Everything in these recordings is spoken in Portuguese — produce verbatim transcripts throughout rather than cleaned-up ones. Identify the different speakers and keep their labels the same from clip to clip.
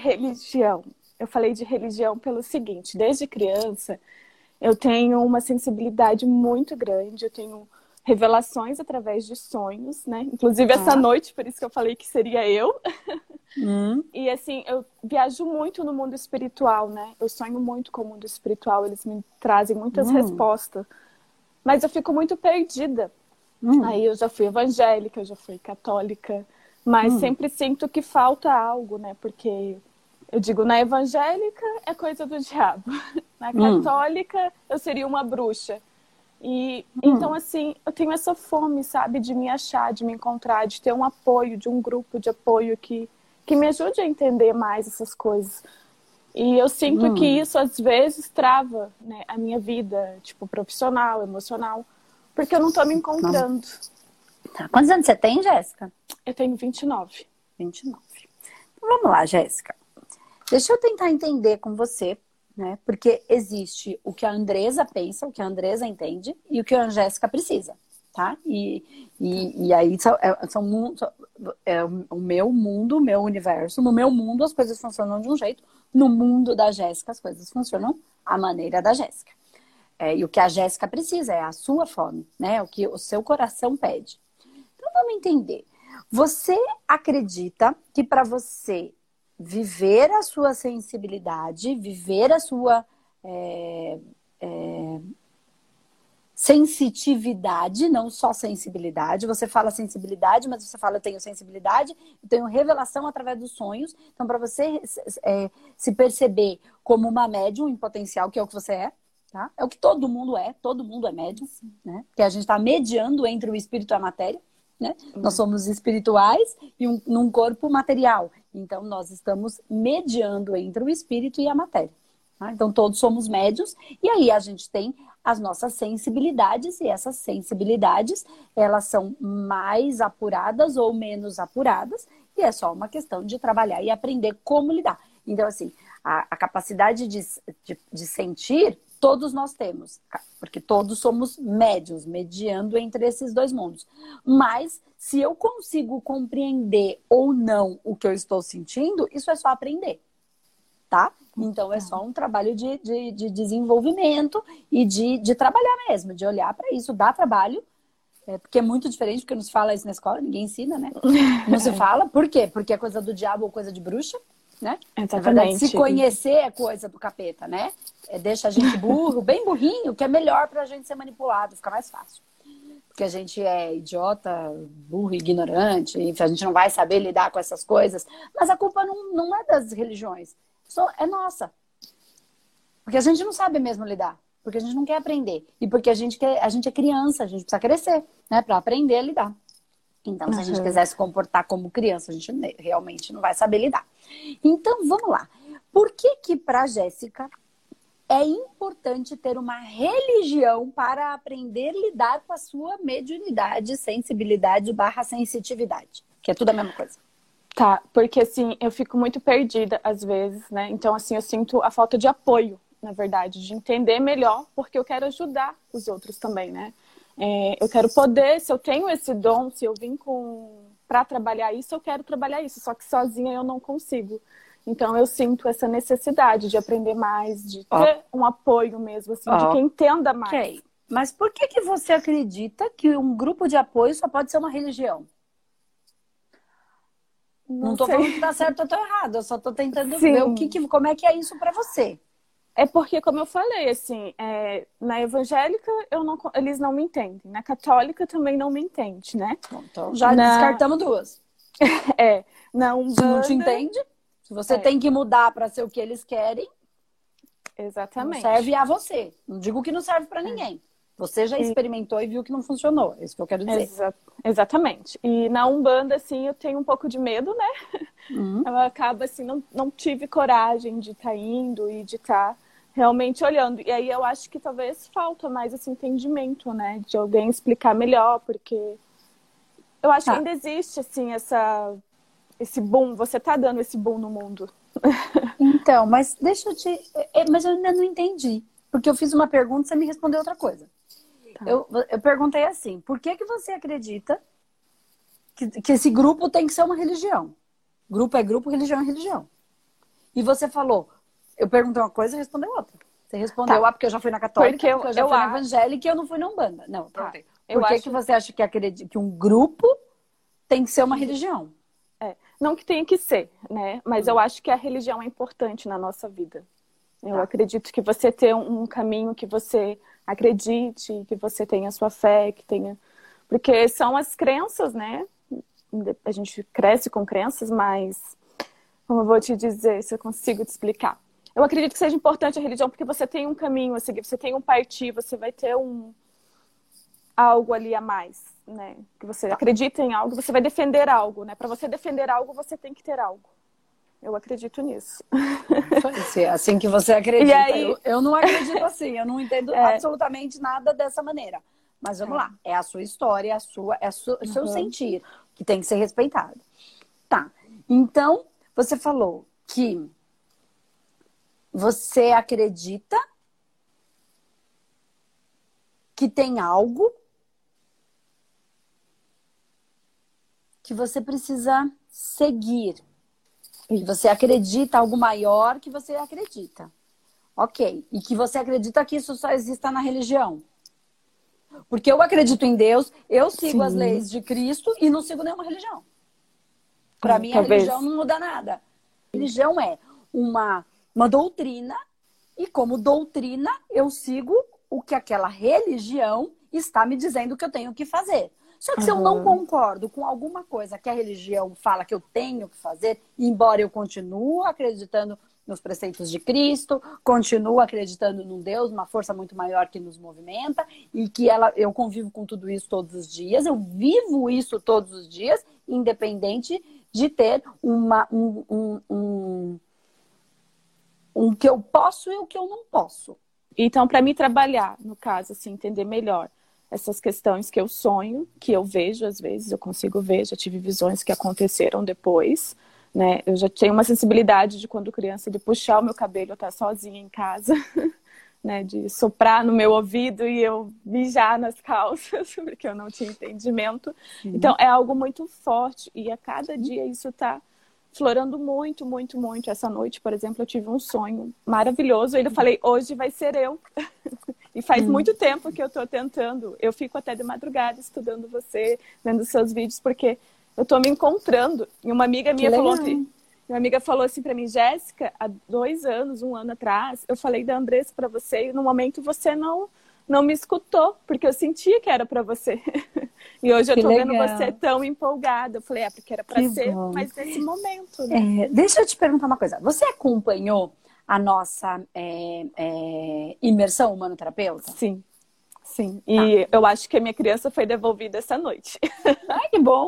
Speaker 1: religião. Eu falei de religião pelo seguinte, desde criança eu tenho uma sensibilidade muito grande, eu tenho revelações através de sonhos, né? Inclusive essa
Speaker 2: Ah.
Speaker 1: noite, por isso que eu falei que seria eu.
Speaker 2: Hum.
Speaker 1: E assim, eu viajo muito no mundo espiritual, né? Eu sonho muito com o mundo espiritual, eles me trazem muitas
Speaker 2: Hum.
Speaker 1: respostas. Mas eu fico muito perdida.
Speaker 2: Hum.
Speaker 1: Aí eu já fui evangélica, eu já fui católica, mas
Speaker 2: Hum.
Speaker 1: sempre sinto que falta algo, né? Porque eu digo, na evangélica é coisa do diabo. Na
Speaker 2: Hum.
Speaker 1: católica eu seria uma bruxa. E
Speaker 2: Hum.
Speaker 1: então, assim, eu tenho essa fome, sabe, de me achar, de me encontrar, de ter um apoio, de um grupo de apoio que, que me ajude a entender mais essas coisas. E eu sinto
Speaker 2: Hum.
Speaker 1: que isso, às vezes, trava, né, a minha vida, tipo, profissional, emocional, porque eu não tô me encontrando.
Speaker 2: Tá. Quantos anos você tem, Jéssica?
Speaker 1: Eu tenho vinte e nove.
Speaker 2: vinte e nove. Então, vamos lá, Jéssica. Deixa eu tentar entender com você, né? Porque existe o que a Andresa pensa, o que a Andresa entende e o que a Jéssica precisa, tá? E, e, e aí são, é, são, é o meu mundo, o meu universo. No meu mundo as coisas funcionam de um jeito. No mundo da Jéssica as coisas funcionam à maneira da Jéssica. É, e o que a Jéssica precisa é a sua fome, né? O que o seu coração pede. Então vamos entender. Você acredita que para você viver a sua sensibilidade, viver a sua é, é, sensitividade, não só sensibilidade. Você fala sensibilidade, mas você fala eu tenho sensibilidade, eu tenho revelação através dos sonhos. Então, para você é, se perceber como uma médium em potencial, que é o que você é, tá? É o que todo mundo é, todo mundo é médium, né? Porque a gente está mediando entre o espírito e a matéria. Né? Uhum. Nós somos espirituais e um, num corpo material. Então, nós estamos mediando entre o espírito e a matéria. Tá? Então, todos somos médios. E aí, a gente tem as nossas sensibilidades. E essas sensibilidades, elas são mais apuradas ou menos apuradas. E é só uma questão de trabalhar e aprender como lidar. Então, assim, a, a capacidade de, de, de sentir... Todos nós temos, porque todos somos médios, mediando entre esses dois mundos. Mas, se eu consigo compreender ou não o que eu estou sentindo, isso é só aprender, tá? Então, é só um trabalho de, de, de desenvolvimento e de, de trabalhar mesmo, de olhar para isso, dá trabalho, é, porque é muito diferente, porque não se fala isso na escola, ninguém ensina, né? Não se fala, por quê? Porque é coisa do diabo ou coisa de bruxa. Né? Na verdade, se conhecer é coisa do capeta, né? É, deixa a gente burro, bem burrinho, que é melhor pra gente ser manipulado, fica mais fácil. Porque a gente é idiota, burro, ignorante, enfim, a gente não vai saber lidar com essas coisas. Mas a culpa não, não é das religiões, só é nossa. Porque a gente não sabe mesmo lidar, porque a gente não quer aprender. E porque a gente, quer, a gente é criança, a gente precisa crescer, né? Pra aprender a lidar. Então, se a gente quiser se comportar como criança, a gente realmente não vai saber lidar. Então, vamos lá. Por que que para Jéssica é importante ter uma religião para aprender a lidar com a sua mediunidade, sensibilidade barra sensitividade? Que é tudo a mesma coisa.
Speaker 1: Tá, porque assim, eu fico muito perdida às vezes, né? Então, assim, eu sinto a falta de apoio, na verdade, de entender melhor, porque eu quero ajudar os outros também, né? É, eu quero poder, se eu tenho esse dom, se eu vim com para trabalhar isso, eu quero trabalhar isso, só que sozinha eu não consigo. Então eu sinto essa necessidade de aprender mais, de ter oh. um apoio mesmo, assim, oh. de quem entenda mais.
Speaker 2: Okay. Mas por que que você acredita que um grupo de apoio só pode ser uma religião? Não, não tô sei. falando que tá certo ou tá errado, eu só tô tentando Sim. ver o que, que, como é que é isso para você.
Speaker 1: É porque, como eu falei, assim, é, na evangélica eu não, eles não me entendem. Na católica também não me entende, né?
Speaker 2: Então já na... descartamos duas.
Speaker 1: É, na Umbanda...
Speaker 2: Se não te entende, se você é. tem que mudar para ser o que eles querem,
Speaker 1: Exatamente.
Speaker 2: Não serve a você. Não digo que não serve para é. ninguém. Você já experimentou e viu que não funcionou. É isso que eu quero dizer.
Speaker 1: Exa exatamente. E na Umbanda, assim, eu tenho um pouco de medo, né? Uhum. Eu acabo, assim, não, não tive coragem de estar tá indo e de estar... Tá realmente olhando. E aí eu acho que talvez falta mais esse entendimento, né? De alguém explicar melhor, porque eu acho ah. que ainda existe, assim, essa, esse boom. Você tá dando esse boom no mundo.
Speaker 2: Então, mas deixa eu te... Mas eu ainda não entendi. Porque eu fiz uma pergunta e você me respondeu outra coisa. Tá. Eu, eu perguntei assim, por que que você acredita que, que esse grupo tem que ser uma religião? Grupo é grupo, religião é religião. E você falou, eu perguntei uma coisa e respondeu outra. Você respondeu,
Speaker 1: Tá.
Speaker 2: ah, porque eu já fui na católica,
Speaker 1: Porque eu,
Speaker 2: porque eu já
Speaker 1: eu
Speaker 2: fui na
Speaker 1: acho.
Speaker 2: evangélica e eu não fui na Umbanda. Não,
Speaker 1: Tá.
Speaker 2: perguntei.
Speaker 1: Eu
Speaker 2: Por que,
Speaker 1: acho.
Speaker 2: que você acha que, acredita, que um grupo tem que ser uma religião?
Speaker 1: É, não que tenha que ser, né? Mas
Speaker 2: Hum.
Speaker 1: eu acho que a religião é importante na nossa vida. Eu
Speaker 2: Tá.
Speaker 1: acredito que você ter um, um caminho que você acredite, que você tenha a sua fé, que tenha... Porque são as crenças, né? A gente cresce com crenças, mas... Como eu vou te dizer, se eu consigo te explicar. Eu acredito que seja importante a religião porque você tem um caminho a seguir, você tem um partir, você vai ter um... algo ali a mais, né? Que você acredita em algo, você vai defender algo, né? Para você defender algo, você tem que ter algo. Eu acredito nisso.
Speaker 2: É assim que você acredita.
Speaker 1: E aí...
Speaker 2: eu, eu não acredito assim, eu não entendo é... absolutamente nada dessa maneira. Mas vamos é. lá, é a sua história, é a sua, é o seu uhum. sentir, que tem que ser respeitado. Tá, então você falou que você acredita que tem algo que você precisa seguir. Que você acredita algo maior que você acredita. Ok. E que você acredita que isso só exista na religião. Porque eu acredito em Deus, eu sigo Sim. as leis de Cristo e não sigo nenhuma religião. Para hum, mim, talvez. A religião não muda nada. A religião é uma, uma doutrina e como doutrina eu sigo o que aquela religião está me dizendo que eu tenho que fazer. Só que uhum. se eu não concordo com alguma coisa que a religião fala que eu tenho que fazer, embora eu continue acreditando nos preceitos de Cristo, continuo acreditando num Deus, uma força muito maior que nos movimenta, e que ela, eu convivo com tudo isso todos os dias, eu vivo isso todos os dias, independente de ter uma, um, um, um, um que eu posso e o que eu não posso.
Speaker 1: Então, para mim trabalhar, no caso, assim, entender melhor essas questões que eu sonho, que eu vejo às vezes, eu consigo ver, já tive visões que aconteceram depois, né? Eu já tenho uma sensibilidade de quando criança, de puxar o meu cabelo, eu estar sozinha em casa, né? De soprar no meu ouvido e eu mijar nas calças, porque eu não tinha entendimento. Uhum. Então, é algo muito forte e a cada dia isso está florando muito, muito, muito. Essa noite, por exemplo, eu tive um sonho maravilhoso. E eu falei, hoje vai ser eu. E faz hum. muito tempo que eu estou tentando. Eu fico até de madrugada estudando você, vendo seus vídeos, porque eu estou me encontrando. E uma amiga minha falou assim, minha amiga falou assim para mim, Jéssica, há dois anos, um ano atrás, eu falei da Andressa para você e no momento você não, não me escutou, porque eu sentia que era para você. E hoje eu que tô legal. Vendo você tão empolgada. Eu falei, é, porque era pra que ser, bom. Mas nesse momento, né?
Speaker 2: É, deixa eu te perguntar uma coisa. Você acompanhou a nossa é, é, imersão humanoterapeuta?
Speaker 1: Sim, sim. E tá. Eu acho que a minha criança foi devolvida essa noite.
Speaker 2: Ai, que bom!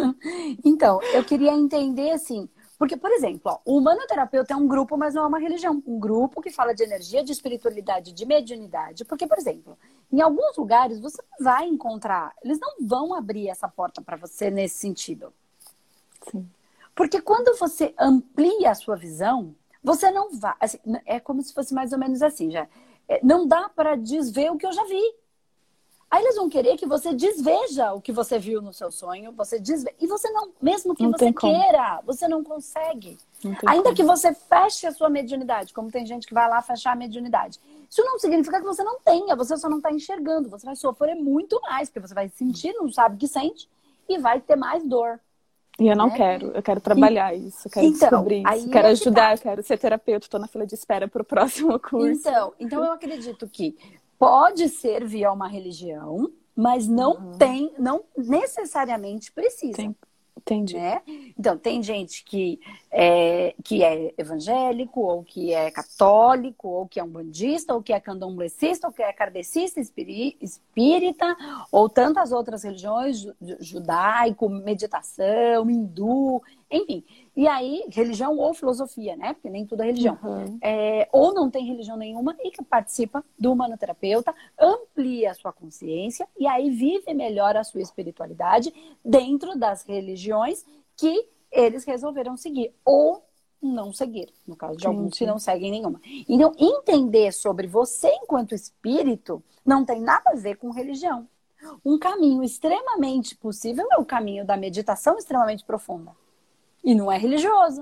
Speaker 2: Então, eu queria entender, assim... Porque, por exemplo, ó, o humanoterapeuta é um grupo, mas não é uma religião. Um grupo que fala de energia, de espiritualidade, de mediunidade. Porque, por exemplo, em alguns lugares você vai encontrar... Eles não vão abrir essa porta para você nesse sentido.
Speaker 1: Sim.
Speaker 2: Porque quando você amplia a sua visão, você não vai... Assim, é como se fosse mais ou menos assim, já. É, não dá para desver o que eu já vi. Aí eles vão querer que você desveja o que você viu no seu sonho, você desve... e você não, mesmo que
Speaker 1: não
Speaker 2: você queira, você não consegue. Não Ainda como. Que você feche a sua mediunidade, como tem gente que vai lá fechar a mediunidade. Isso não significa que você não tenha, você só não está enxergando. Você vai sofrer muito mais, porque você vai sentir, não sabe o que sente, e vai ter mais dor.
Speaker 1: E eu não né? quero, eu quero trabalhar e... isso, eu quero então, descobrir isso, eu quero é ajudar, tá. eu quero ser terapeuta, estou na fila de espera para o próximo curso.
Speaker 2: Então, então eu acredito que pode ser via uma religião, mas não uhum. tem, não necessariamente precisa.
Speaker 1: Tem. Entendi.
Speaker 2: Né? Então, tem gente que é, que é evangélico, ou que é católico, ou que é umbandista, ou que é candomblessista, ou que é kardecista, espírita, ou tantas outras religiões, judaico, meditação, hindu, enfim. E aí, religião ou filosofia, né? Porque nem tudo é religião.
Speaker 1: Uhum.
Speaker 2: É, ou não tem religião nenhuma e que participa do humanoterapeuta, amplia a sua consciência e aí vive melhor a sua espiritualidade dentro das religiões que eles resolveram seguir. Ou não seguir, no caso de sim, alguns sim. que não seguem nenhuma. Então, entender sobre você enquanto espírito não tem nada a ver com religião. Um caminho extremamente possível é o caminho da meditação extremamente profunda. E não é religioso.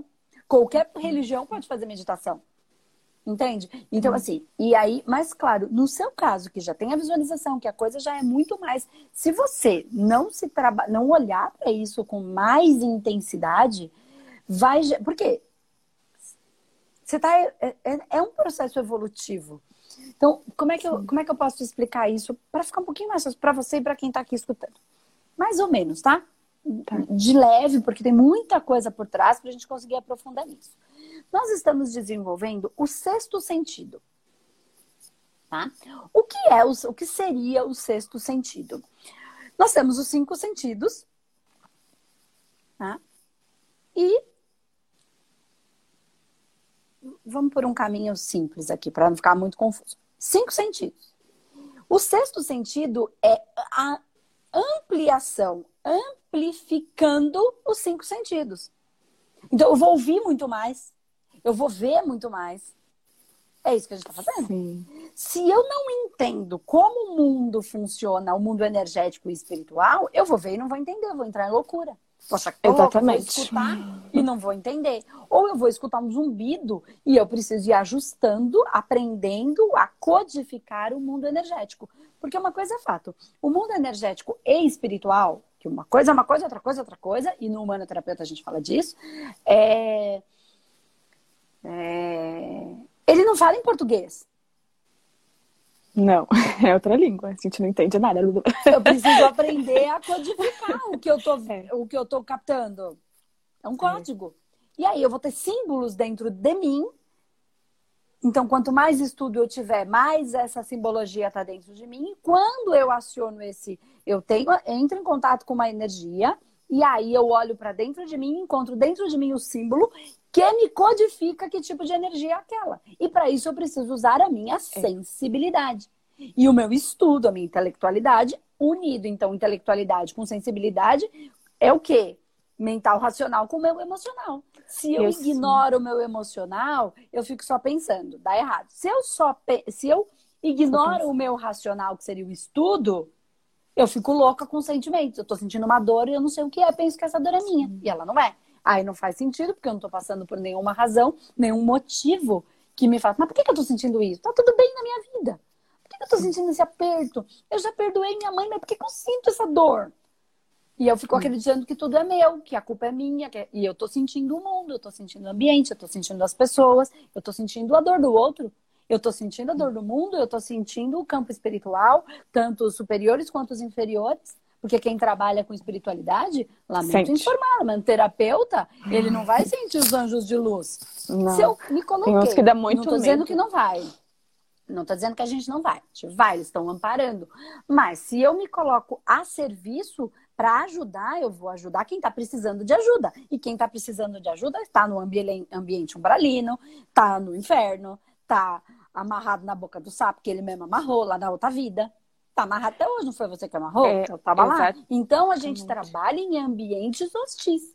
Speaker 2: Qualquer religião pode fazer meditação. Entende? Então, assim, e aí, mas claro, no seu caso, que já tem a visualização, que a coisa já é muito mais. Se você não se traba... não olhar para isso com mais intensidade, vai. Porque você tá. É, é, é um processo evolutivo. Então, como é que eu, como é que eu posso te explicar isso para ficar um pouquinho mais fácil para você e para quem está aqui escutando? Mais ou menos, tá? Tá? De leve, porque tem muita coisa por trás para a gente conseguir aprofundar nisso. Nós estamos desenvolvendo o sexto sentido. Tá? O que é o, o que seria o sexto sentido? Nós temos os cinco sentidos, tá? E vamos por um caminho simples aqui, para não ficar muito confuso. Cinco sentidos. O sexto sentido é a ampliação, amplificando os cinco sentidos. Então, eu vou ouvir muito mais, eu vou ver muito mais. É isso que a gente está fazendo.
Speaker 1: Sim.
Speaker 2: Se eu não entendo como o mundo funciona, o mundo energético e espiritual, eu vou ver e não vou entender, eu vou entrar em loucura. Vou achar que tô louca, vou escutar e não vou entender. Ou eu vou escutar um zumbido e eu preciso ir ajustando, aprendendo a codificar o mundo energético. Porque uma coisa é fato, o mundo energético e espiritual, que uma coisa é uma coisa, outra coisa é outra coisa, e no humanoterapeuta a gente fala disso, é... É... ele não fala em português.
Speaker 1: Não, é outra língua, a gente não entende nada.
Speaker 2: Eu preciso aprender a codificar o que eu tô, é. o que eu tô captando. É um código. É. E aí eu vou ter símbolos dentro de mim. Então, quanto mais estudo eu tiver, mais essa simbologia está dentro de mim. E quando eu aciono esse, eu tenho, entro em contato com uma energia, e aí eu olho para dentro de mim, encontro dentro de mim o símbolo que me codifica que tipo de energia é aquela. E para isso eu preciso usar a minha sensibilidade. E o meu estudo, a minha intelectualidade, unido, então, intelectualidade com sensibilidade, é o quê? Mental racional com o meu emocional. Se eu, eu ignoro sim. o meu emocional, eu fico só pensando, dá errado. Se eu só pe... se eu ignoro o meu racional, que seria o estudo, eu fico louca com sentimentos. Eu tô sentindo uma dor e eu não sei o que é, penso que essa dor é minha. Sim. E ela não é. Aí não faz sentido, porque eu não tô passando por nenhuma razão, nenhum motivo que me faça, mas por que, que eu tô sentindo isso? Tá tudo bem na minha vida. Por que, que eu tô sentindo esse aperto? Eu já perdoei minha mãe, mas por que, que eu sinto essa dor? E eu fico acreditando que tudo é meu, que a culpa é minha, que é... e eu tô sentindo o mundo, eu tô sentindo o ambiente, eu tô sentindo as pessoas, eu tô sentindo a dor do outro, eu tô sentindo a dor do mundo, eu tô sentindo o campo espiritual, tanto os superiores quanto os inferiores, porque quem trabalha com espiritualidade, lamento informar, mas um terapeuta, ele não vai sentir os anjos de luz.
Speaker 1: Não.
Speaker 2: Se eu me coloquei,
Speaker 1: Tem uns que dá muito
Speaker 2: não tô
Speaker 1: medo.
Speaker 2: dizendo que não vai. Não tô dizendo que a gente não vai. A gente vai, eles estão amparando. Mas se eu me coloco a serviço para ajudar, eu vou ajudar quem está precisando de ajuda. E quem está precisando de ajuda está no ambi- ambiente umbralino, está no inferno, está amarrado na boca do sapo, que ele mesmo amarrou lá na outra vida. Tá amarrado até hoje, não foi você que amarrou?
Speaker 1: É,
Speaker 2: eu tava lá.
Speaker 1: exatamente.
Speaker 2: Então a gente trabalha em ambientes hostis.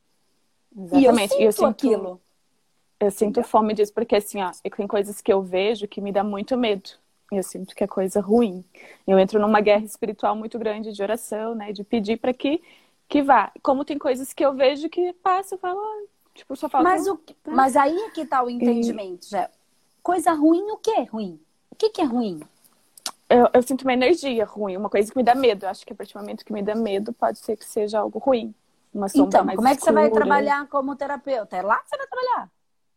Speaker 1: Exatamente.
Speaker 2: E eu sinto,
Speaker 1: eu sinto
Speaker 2: aquilo.
Speaker 1: Eu sinto fome disso, porque assim, ó, tem coisas que eu vejo que me dá muito medo. Eu sinto que é coisa ruim. Eu entro numa guerra espiritual muito grande de oração, né? De pedir para que, que vá. Como tem coisas que eu vejo que passa, eu falo, ah, tipo, só falta...
Speaker 2: Mas, o, mas aí é que tá o entendimento, e... já. Coisa ruim, o que é ruim? O que, que é ruim?
Speaker 1: Eu, eu sinto uma energia ruim, uma coisa que me dá medo. Eu acho que a partir do momento que me dá medo, pode ser que seja algo ruim. Uma sombra
Speaker 2: então,
Speaker 1: mais
Speaker 2: como é que
Speaker 1: escura.
Speaker 2: você vai trabalhar como terapeuta? É lá que você vai trabalhar.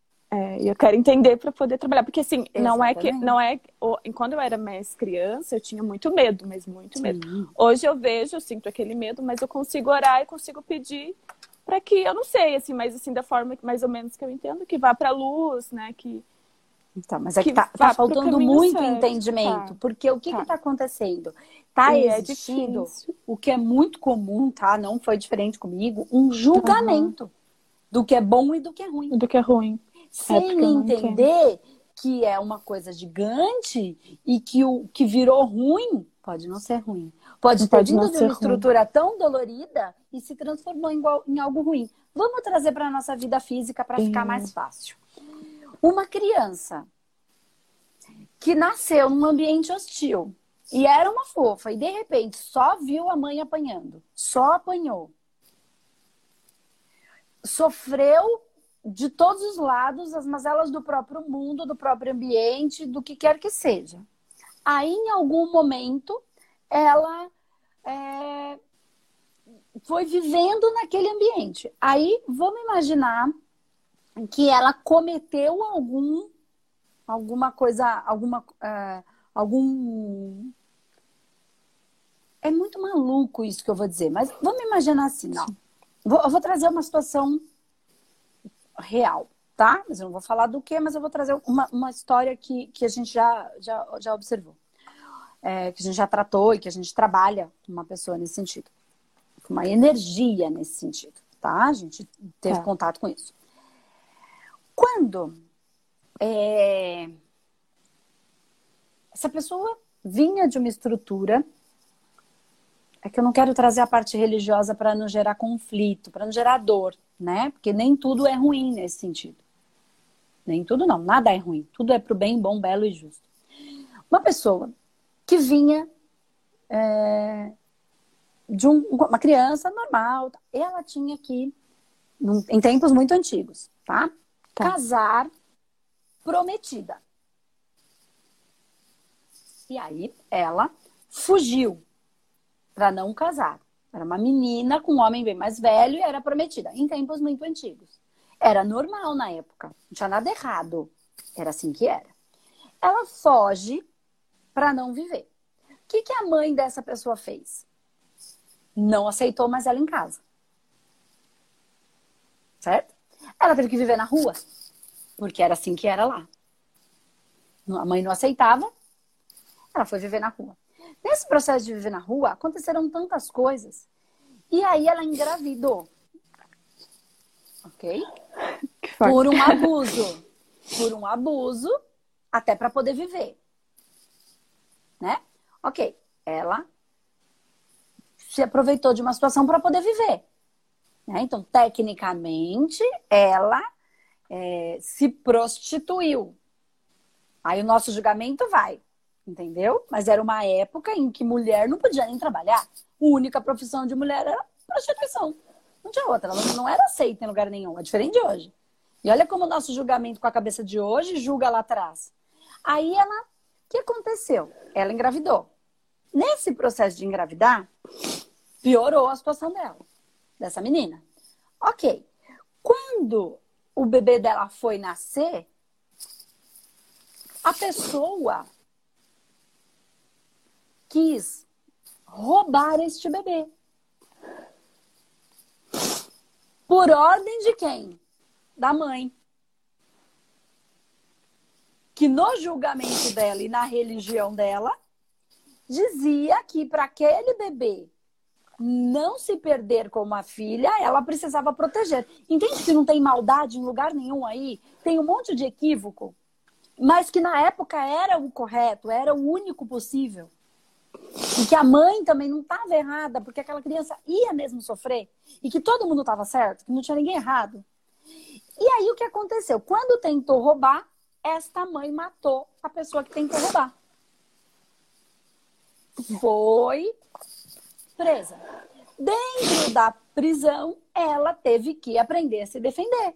Speaker 1: É, eu quero entender para poder trabalhar, porque assim,
Speaker 2: Exatamente.
Speaker 1: não é que, não é, quando eu era mais criança, eu tinha muito medo, mas muito
Speaker 2: Sim.
Speaker 1: medo. Hoje eu vejo, eu sinto aquele medo, mas eu consigo orar e consigo pedir para que, eu não sei, assim, mas assim, da forma que mais ou menos que eu entendo, que vá para a luz, né, que...
Speaker 2: Então, mas é que, que tá, tá faltando muito certo. entendimento, tá. porque o que tá. que tá acontecendo? Tá e existindo, é o que é muito comum, tá? Não foi diferente comigo, um julgamento uhum. do que é bom e do que é ruim.
Speaker 1: Do que é ruim.
Speaker 2: Sem é entender que é uma coisa gigante e que o que virou ruim pode não ser ruim. Pode ter
Speaker 1: pode
Speaker 2: vindo de uma
Speaker 1: ruim.
Speaker 2: estrutura tão dolorida e se transformou em, em algo ruim. Vamos trazer para a nossa vida física para ficar mais fácil. Uma criança que nasceu num ambiente hostil e era uma fofa e de repente só viu a mãe apanhando, só apanhou. Sofreu de todos os lados, as mazelas do próprio mundo, do próprio ambiente, do que quer que seja. Aí, em algum momento, ela é, foi vivendo naquele ambiente. Aí, vamos imaginar que ela cometeu algum, alguma coisa, alguma, uh, algum... É muito maluco isso que eu vou dizer, mas vamos imaginar assim, ó. Vou, eu vou trazer uma situação real, tá? Mas eu não vou falar do que, mas eu vou trazer uma, uma história que, que a gente já, já, já observou. É, que a gente já tratou e que a gente trabalha com uma pessoa nesse sentido. Com uma energia nesse sentido, tá? A gente teve
Speaker 1: Tá.
Speaker 2: contato com isso. Quando é, essa pessoa vinha de uma estrutura... É que eu não quero trazer a parte religiosa para não gerar conflito, para não gerar dor, né? Porque nem tudo é ruim nesse sentido. Nem tudo não, nada é ruim. Tudo é pro bem, bom, belo e justo. Uma pessoa que vinha é, de um, uma criança normal, ela tinha que, em tempos muito antigos, tá?
Speaker 1: Tá.
Speaker 2: Casar prometida. E aí ela fugiu para não casar. Era uma menina com um homem bem mais velho e era prometida, em tempos muito antigos. Era normal na época, não tinha nada errado. Era assim que era. Ela foge para não viver. O que, que a mãe dessa pessoa fez? Não aceitou mais ela em casa. Certo? Ela teve que viver na rua, porque era assim que era lá. A mãe não aceitava, ela foi viver na rua. Nesse processo de viver na rua, aconteceram tantas coisas. E aí ela engravidou. Ok? Por um abuso. Por um abuso, até para poder viver. Né? Ok. Ela se aproveitou de uma situação para poder viver. Né? Então, tecnicamente, ela é, se prostituiu. Aí o nosso julgamento vai. Entendeu? Mas era uma época em que mulher não podia nem trabalhar. A única profissão de mulher era prostituição. Não tinha outra. Ela não era aceita em lugar nenhum. É diferente de hoje. E olha como o nosso julgamento com a cabeça de hoje julga lá atrás. Aí ela... O que aconteceu? Ela engravidou. Nesse processo de engravidar, piorou a situação dela. Dessa menina. Ok. Quando o bebê dela foi nascer, a pessoa... quis roubar este bebê. Por ordem de quem? Da mãe. Que no julgamento dela e na religião dela, dizia que para aquele bebê não se perder como a filha, ela precisava proteger. Entende que não tem maldade em lugar nenhum aí? Tem um monte de equívoco, mas que na época era o correto, era o único possível. E que a mãe também não estava errada, porque aquela criança ia mesmo sofrer. E que todo mundo estava certo, que não tinha ninguém errado. E aí o que aconteceu? Quando tentou roubar, esta mãe matou a pessoa que tentou roubar. Foi presa. Dentro da prisão, ela teve que aprender a se defender.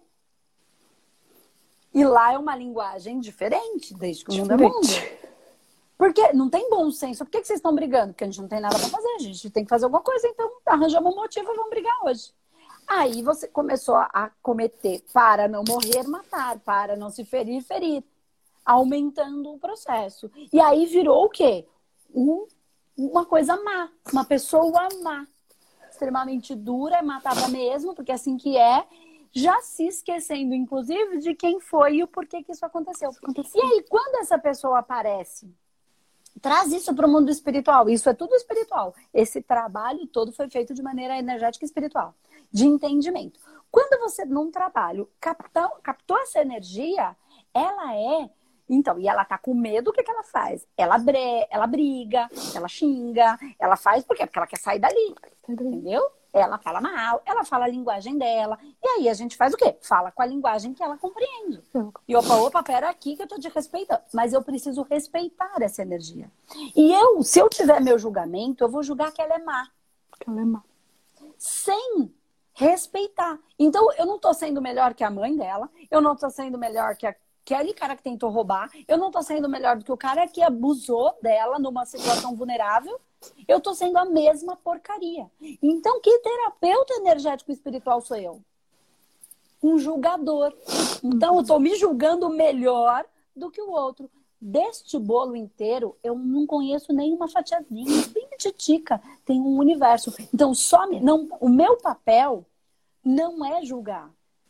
Speaker 2: E lá é uma linguagem diferente, desde que o mundo é mundo. Porque não tem bom senso. Por que vocês estão brigando? Porque a gente não tem nada para fazer. A gente tem que fazer alguma coisa. Então, arranjamos um motivo e vamos brigar hoje. Aí você começou a cometer para não morrer, matar. Para não se ferir, ferir. Aumentando o processo. E aí virou o quê? Um, uma coisa má. Uma pessoa má. Extremamente dura, matava mesmo, porque é assim que é. Já se esquecendo, inclusive, de quem foi e o porquê que isso aconteceu. aconteceu. E aí, quando essa pessoa aparece... Traz isso para o mundo espiritual. Isso é tudo espiritual. Esse trabalho todo foi feito de maneira energética e espiritual. De entendimento. Quando você, num trabalho, captou, captou essa energia, ela é... Então, e ela tá com medo, o que, que ela faz? Ela, bre... ela briga, ela xinga, ela faz por quê? Porque ela quer sair dali. Entendeu? Ela fala mal, ela fala a linguagem dela. E aí a gente faz o quê? Fala com a linguagem que ela compreende. E opa, opa, pera aqui que eu tô te respeitando. Mas eu preciso respeitar essa energia. E eu, se eu tiver meu julgamento, eu vou julgar que ela é má.
Speaker 1: Que ela é má.
Speaker 2: Sem respeitar. Então, eu não tô sendo melhor que a mãe dela, eu não tô sendo melhor que aquele cara que tentou roubar, eu não tô sendo melhor do que o cara que abusou dela numa situação vulnerável, eu tô sendo a mesma porcaria. Então, que terapeuta energético espiritual sou eu? Um julgador. Então, eu tô me julgando melhor do que o outro. Deste bolo inteiro, eu não conheço nenhuma fatiazinha, bem titica, tem um universo. Então, só me, não, o meu papel não é julgar.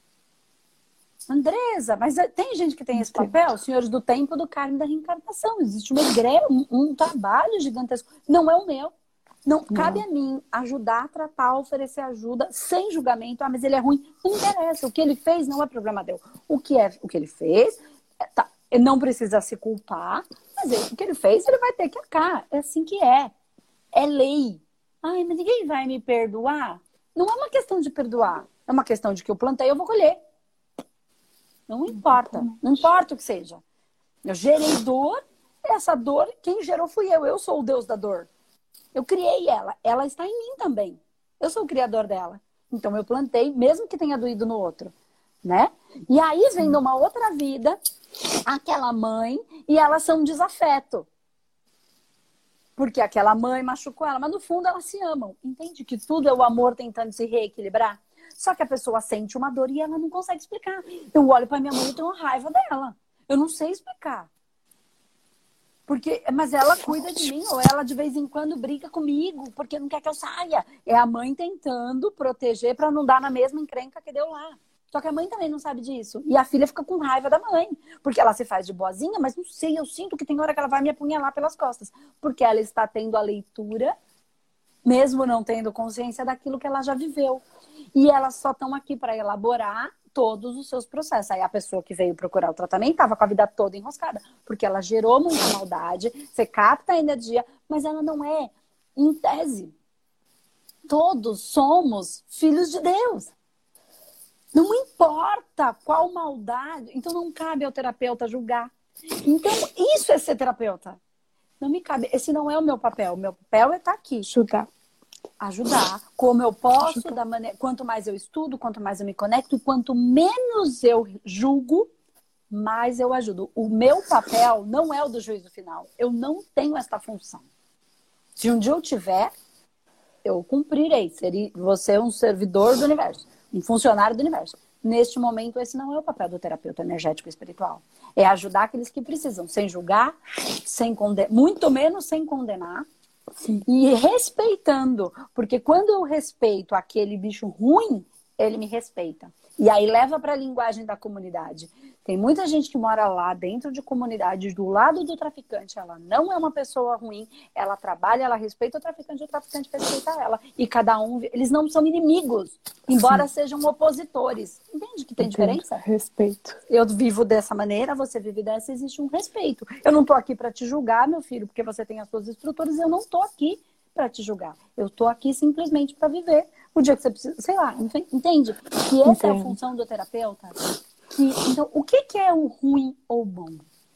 Speaker 2: Andresa, mas tem gente que tem esse papel? Senhores do Tempo, do Karma e da Reencarnação. Existe uma igreja, um, um trabalho gigantesco. Não é o meu. Não, não cabe a mim ajudar, tratar, oferecer ajuda sem julgamento. Ah, mas ele é ruim. Não interessa. O que ele fez não é problema dele. O que, é, o que ele fez, tá, ele não precisa se culpar, mas ele, o que ele fez, ele vai ter que arcar. É assim que é. É lei. Ai, mas ninguém vai me perdoar? Não é uma questão de perdoar. É uma questão de que eu plantei, eu vou colher. Não importa. Não importa o que seja. Eu gerei dor. Essa dor, quem gerou fui eu. Eu sou o Deus da dor. Eu criei ela. Ela está em mim também. Eu sou o criador dela. Então eu plantei, mesmo que tenha doído no outro. Né? E aí vem numa outra vida aquela mãe e elas são um desafeto. Porque aquela mãe machucou ela, mas no fundo elas se amam. Entende que tudo é o amor tentando se reequilibrar? Só que a pessoa sente uma dor e ela não consegue explicar. Eu olho pra minha mãe e tenho uma raiva dela. Eu não sei explicar. Porque, mas ela cuida de mim, ou ela de vez em quando briga comigo, porque não quer que eu saia. É a mãe tentando proteger pra não dar na mesma encrenca que deu lá. Só que a mãe também não sabe disso. E a filha fica com raiva da mãe. Porque ela se faz de boazinha, mas não sei, eu sinto que tem hora que ela vai me apunhalar pelas costas. Porque ela está tendo a leitura, mesmo não tendo consciência daquilo que ela já viveu. E elas só estão aqui para elaborar todos os seus processos. Aí a pessoa que veio procurar o tratamento estava com a vida toda enroscada. Porque ela gerou muita maldade, você capta a energia, mas ela não é, em tese. Todos somos filhos de Deus. Não importa qual maldade. Então não cabe ao terapeuta julgar. Então isso é ser terapeuta. Não me cabe. Esse não é o meu papel. O meu papel é estar aqui.
Speaker 1: Ajudar.
Speaker 2: Ajudar. Como eu posso, da maneira... quanto mais eu estudo, quanto mais eu me conecto, e quanto menos eu julgo, mais eu ajudo. O meu papel não é o do juízo final. Eu não tenho essa função. Se um dia eu tiver, eu cumprirei. Seria você um servidor do universo. Um funcionário do universo. Neste momento, esse não é o papel do terapeuta energético e espiritual. É ajudar aqueles que precisam, sem julgar, sem condenar, muito menos sem condenar. Sim. E respeitando. Porque quando eu respeito aquele bicho ruim, ele me respeita. E aí leva para a linguagem da comunidade. Tem muita gente que mora lá dentro de comunidades do lado do traficante. Ela não é uma pessoa ruim. Ela trabalha, ela respeita o traficante e o traficante respeita ela. E cada um... Eles não são inimigos. Embora Sim. sejam opositores. Entende que tem Entendo. Diferença?
Speaker 1: Respeito.
Speaker 2: Eu vivo dessa maneira, você vive dessa, existe um respeito. Eu não tô aqui para te julgar, meu filho, porque você tem as suas estruturas. Eu não tô aqui para te julgar. Eu tô aqui simplesmente para viver o dia que você precisa, sei lá, entende? Que essa Entendo. É a função do terapeuta. Que, então, o que, que é o ruim ou bom?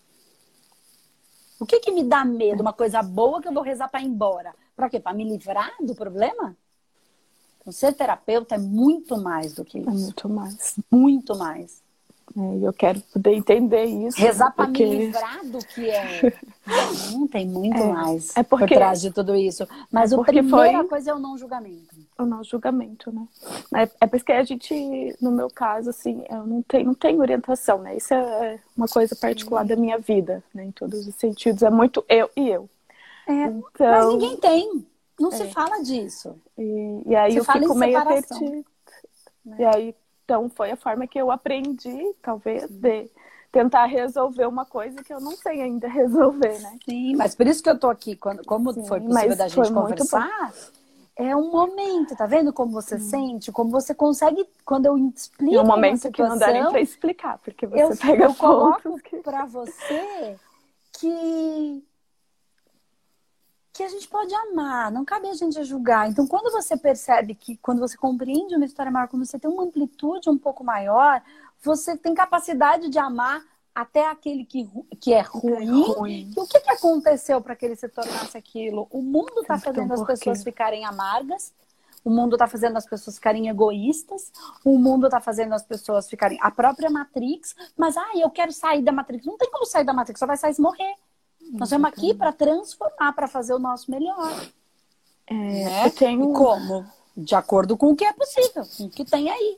Speaker 2: O que, que me dá medo? Uma coisa boa que eu vou rezar para ir embora. Para quê? Para me livrar do problema? Então, ser terapeuta é muito mais do que isso.
Speaker 1: É muito mais.
Speaker 2: Muito mais.
Speaker 1: É, eu quero poder entender isso.
Speaker 2: Rezar para
Speaker 1: porque...
Speaker 2: me livrar do que é. Não tem muito
Speaker 1: é,
Speaker 2: mais
Speaker 1: é porque...
Speaker 2: por trás de tudo isso. Mas
Speaker 1: é
Speaker 2: a primeira
Speaker 1: foi...
Speaker 2: coisa é o não julgamento.
Speaker 1: O não julgamento, né? É, é porque a gente, no meu caso, assim, eu não tenho, não tenho orientação, né? Isso é uma coisa particular da minha vida, né? Em todos os sentidos. É muito eu e eu.
Speaker 2: É,
Speaker 1: então...
Speaker 2: Mas ninguém tem. Não é. Se fala disso.
Speaker 1: E, e aí
Speaker 2: se
Speaker 1: eu fico meio
Speaker 2: separação.
Speaker 1: perdida. Né? E aí, então, foi a forma que eu aprendi, talvez, Sim. de tentar resolver uma coisa que eu não sei ainda resolver, né?
Speaker 2: Sim, mas por isso que eu tô aqui, quando, como Sim, foi possível da gente conversar, é um momento, tá vendo como você hum. sente, como você consegue, quando eu explico
Speaker 1: é um momento
Speaker 2: situação,
Speaker 1: que não dá nem pra explicar, porque você
Speaker 2: eu,
Speaker 1: pega
Speaker 2: eu coloco
Speaker 1: que...
Speaker 2: pra você que... que a gente pode amar, não cabe a gente julgar. Então, quando você percebe que, quando você compreende uma história maior, quando você tem uma amplitude um pouco maior, você tem capacidade de amar até aquele que, que é ruim. É ruim. E o que, que aconteceu para que ele se tornasse aquilo? O mundo está fazendo as pessoas ficarem amargas, o mundo está fazendo as pessoas ficarem egoístas, o mundo está fazendo as pessoas ficarem... A própria Matrix, mas, ah, eu quero sair da Matrix. Não tem como sair da Matrix, só vai sair se morrer. Nós estamos aqui para transformar, para fazer o nosso melhor.
Speaker 1: É,
Speaker 2: né?
Speaker 1: eu tenho...
Speaker 2: E como? De acordo com o que é possível, com o que tem aí.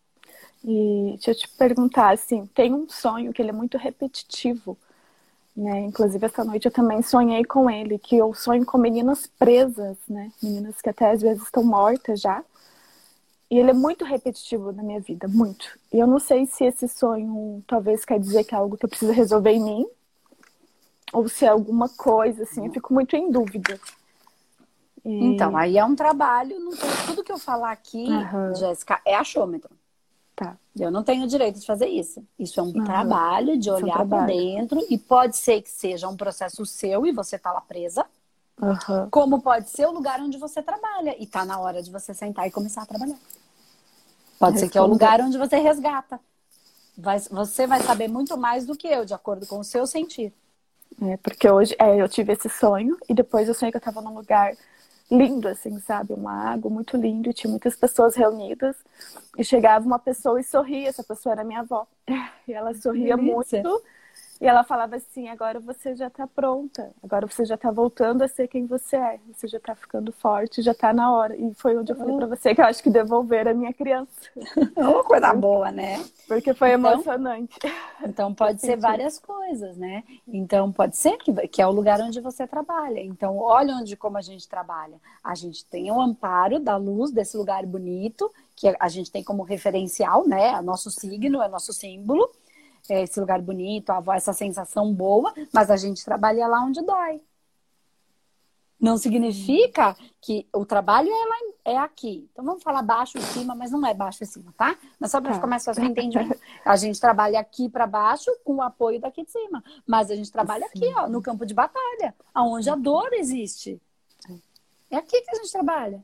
Speaker 1: E deixa eu te perguntar, assim, tem um sonho que ele é muito repetitivo, né? Inclusive, essa noite eu também sonhei com ele, que eu sonho com meninas presas, né? Meninas que até às vezes estão mortas já. E ele é muito repetitivo na minha vida, muito. E eu não sei se esse sonho talvez quer dizer que é algo que eu preciso resolver em mim, ou se é alguma coisa, assim, eu fico muito em dúvida. E...
Speaker 2: Então, aí é um trabalho, não tem... tudo que eu falar aqui, uhum. Jéssica, é achômetro.
Speaker 1: Tá.
Speaker 2: Eu não tenho direito de fazer isso. Isso é um uhum. trabalho de olhar
Speaker 1: é um
Speaker 2: para dentro, e pode ser que seja um processo seu e você tá lá presa,
Speaker 1: uhum.
Speaker 2: como pode ser o lugar onde você trabalha e tá na hora de você sentar e começar a trabalhar. Pode Responder. ser que é o lugar onde você resgata. Vai, você vai saber muito mais do que eu, de acordo com o seu sentir.
Speaker 1: É, porque hoje é, eu tive esse sonho e depois eu sonhei que eu tava num lugar lindo, assim, sabe? Um lago muito lindo e tinha muitas pessoas reunidas. E chegava uma pessoa e sorria, essa pessoa era minha avó. E ela sorria muito e ela falava assim, agora você já tá pronta, agora você já tá voltando a ser quem você é, você já tá ficando forte, já tá na hora. E foi onde eu falei pra você que eu acho que devolver a minha criança.
Speaker 2: Uma coisa boa, né?
Speaker 1: Porque foi então, emocionante.
Speaker 2: Então pode ser várias coisas, né? Então pode ser que, que é o lugar onde você trabalha. Então olha onde como a gente trabalha. A gente tem o amparo da luz desse lugar bonito, que a gente tem como referencial, né? O nosso signo, é o nosso símbolo. Esse lugar bonito, essa sensação boa, mas a gente trabalha lá onde dói. Não significa que o trabalho é, lá, é aqui. Então vamos falar baixo e cima, mas não é baixo e cima, tá? Mas só para ficar mais fácil de entendimento. A gente trabalha aqui para baixo com o apoio daqui de cima. Mas a gente trabalha Sim. aqui, ó, no campo de batalha, onde a dor existe. É aqui que a gente trabalha.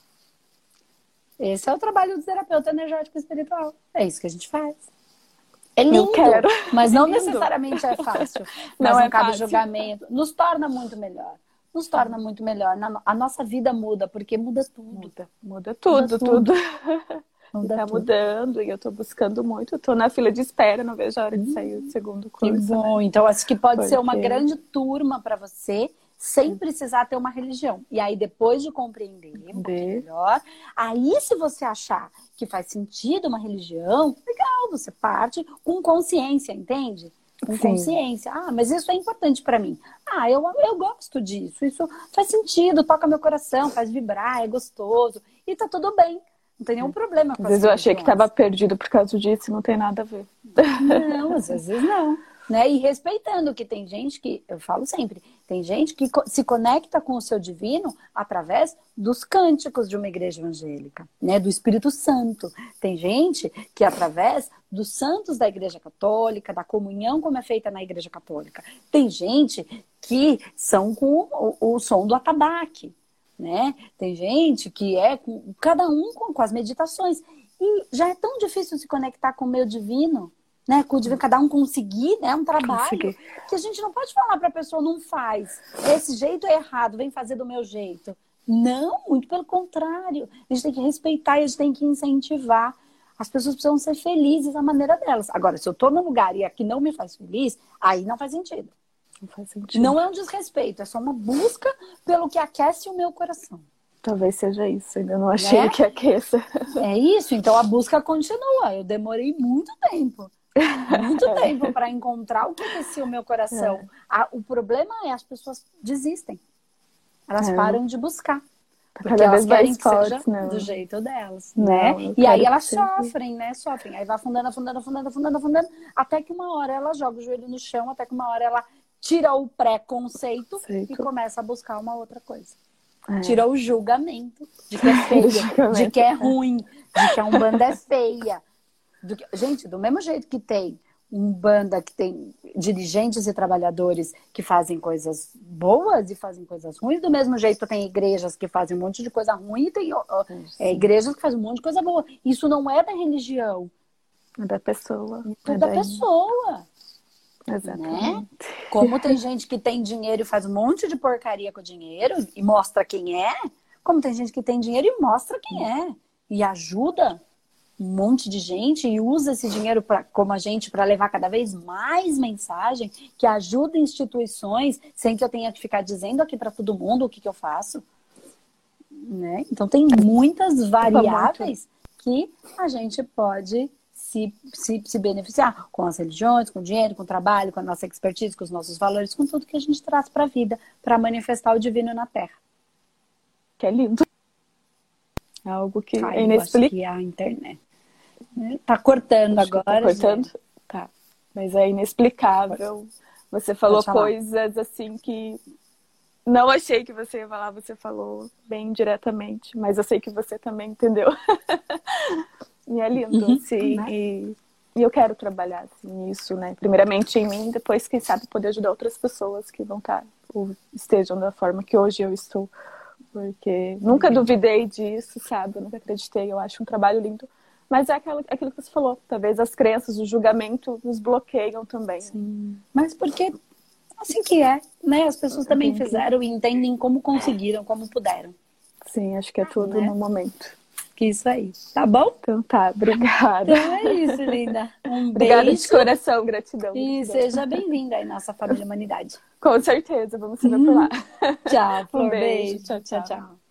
Speaker 2: Esse é o trabalho do terapeuta energético espiritual. É isso que a gente faz. É lindo, mas não necessariamente é fácil. Mas não, não é cabe fácil. Julgamento. Nos torna muito melhor. Nos torna muito melhor. A nossa vida muda, porque muda tudo.
Speaker 1: Muda, muda tudo, muda tudo. tudo. Muda tá tudo. Mudando e eu tô buscando muito. Eu tô na fila de espera, não vejo a hora de sair o segundo curso.
Speaker 2: Que bom. Né? Então, acho que pode porque... ser uma grande turma para você, sem precisar ter uma religião. E aí, depois de compreender um pouquinho melhor, aí se você achar que faz sentido uma religião, legal, você parte com consciência, entende? Com Sim. consciência. Ah, mas isso é importante para mim. Ah, eu, eu gosto disso. Isso faz sentido, toca meu coração, faz vibrar, é gostoso. E tá tudo bem. Não tem nenhum problema com
Speaker 1: Às vezes eu achei que estava perdido por causa disso, não tem nada a ver.
Speaker 2: Não, às vezes não. Né? E respeitando que tem gente que, eu falo sempre, tem gente que se conecta com o seu divino através dos cânticos de uma igreja evangélica, né? Do Espírito Santo. Tem gente que através dos santos da igreja católica, da comunhão como é feita na igreja católica. Tem gente que são com o, o som do atabaque, né? Tem gente que é com, cada um com, com as meditações. E já é tão difícil se conectar com o meu divino, né, de cada um conseguir, né, um trabalho conseguir. Que a gente não pode falar para a pessoa não faz, esse jeito é errado, vem fazer do meu jeito. Não, muito pelo contrário. A gente tem que respeitar e a gente tem que incentivar. As pessoas precisam ser felizes da maneira delas. Agora, se eu tô num lugar e aqui não me faz feliz, aí não faz sentido.
Speaker 1: Não faz sentido.
Speaker 2: Não é um desrespeito, é só uma busca pelo que aquece o meu coração.
Speaker 1: Talvez seja isso, ainda não achei né? que aqueça.
Speaker 2: É isso, então a busca continua. Eu demorei muito tempo. Muito tempo para encontrar o que aquecia o meu coração. É. A, o problema é as pessoas desistem. Elas é. param de buscar. Porque Cada elas querem que forte, seja não. do jeito delas. Não, né? E aí elas sofrem, né? Sofrem. Aí vai afundando, afundando, afundando, afundando, afundando. Até que uma hora ela joga o joelho no chão, até que uma hora ela tira o preconceito Aceito. e começa a buscar uma outra coisa. É. Tira o julgamento de que é feia, de que é ruim, de que a Umbanda é feia. Do que... Gente, do mesmo jeito que tem Umbanda, que tem dirigentes e trabalhadores que fazem coisas boas e fazem coisas ruins, do mesmo jeito tem igrejas que fazem um monte de coisa ruim e tem ó, é, igrejas que fazem um monte de coisa boa. Isso não é da religião.
Speaker 1: É da pessoa.
Speaker 2: É, é da, da pessoa.
Speaker 1: Exatamente.
Speaker 2: Né? Como tem gente que tem dinheiro e faz um monte de porcaria com o dinheiro e mostra quem é, como tem gente que tem dinheiro e mostra quem é. E ajuda um monte de gente e usa esse dinheiro pra, como a gente para levar cada vez mais mensagem que ajuda instituições sem que eu tenha que ficar dizendo aqui para todo mundo o que, que eu faço. Né? Então tem muitas variáveis que a gente pode se, se, se beneficiar com as religiões, com o dinheiro, com o trabalho, com a nossa expertise, com os nossos valores, com tudo que a gente traz para a vida, para manifestar o divino na Terra.
Speaker 1: Que é lindo. É algo que
Speaker 2: Ai,
Speaker 1: é inexplicável.
Speaker 2: Que a internet. Né? Tá cortando
Speaker 1: Acho
Speaker 2: agora.
Speaker 1: Tá cortando? Gente. Tá. Mas é inexplicável. Você falou coisas assim que não achei que você ia falar, você falou bem diretamente, mas eu sei que você também entendeu. E é lindo, uhum, sim. Né? E, e eu quero trabalhar assim, nisso, né? Primeiramente em mim, depois, quem sabe, poder ajudar outras pessoas que vão estar ou estejam da forma que hoje eu estou. Porque nunca duvidei disso, sabe? Eu nunca acreditei, eu acho um trabalho lindo. Mas é aquilo, aquilo que você falou, talvez as crenças, o julgamento nos bloqueiam também.
Speaker 2: Sim. Mas porque assim que é, né? As pessoas também Entendi. fizeram e entendem como conseguiram, como puderam.
Speaker 1: Sim, acho que é tudo né? no momento.
Speaker 2: Que isso aí. Tá bom?
Speaker 1: Então tá, obrigada.
Speaker 2: Então é isso, linda. Um
Speaker 1: obrigada
Speaker 2: beijo.
Speaker 1: de coração, gratidão.
Speaker 2: E
Speaker 1: gratidão.
Speaker 2: seja bem-vinda aí, nossa família Humanidade.
Speaker 1: Com certeza, vamos se ver por lá.
Speaker 2: Tchau, Flor.
Speaker 1: Um beijo.
Speaker 2: beijo. Tchau, tchau. tchau.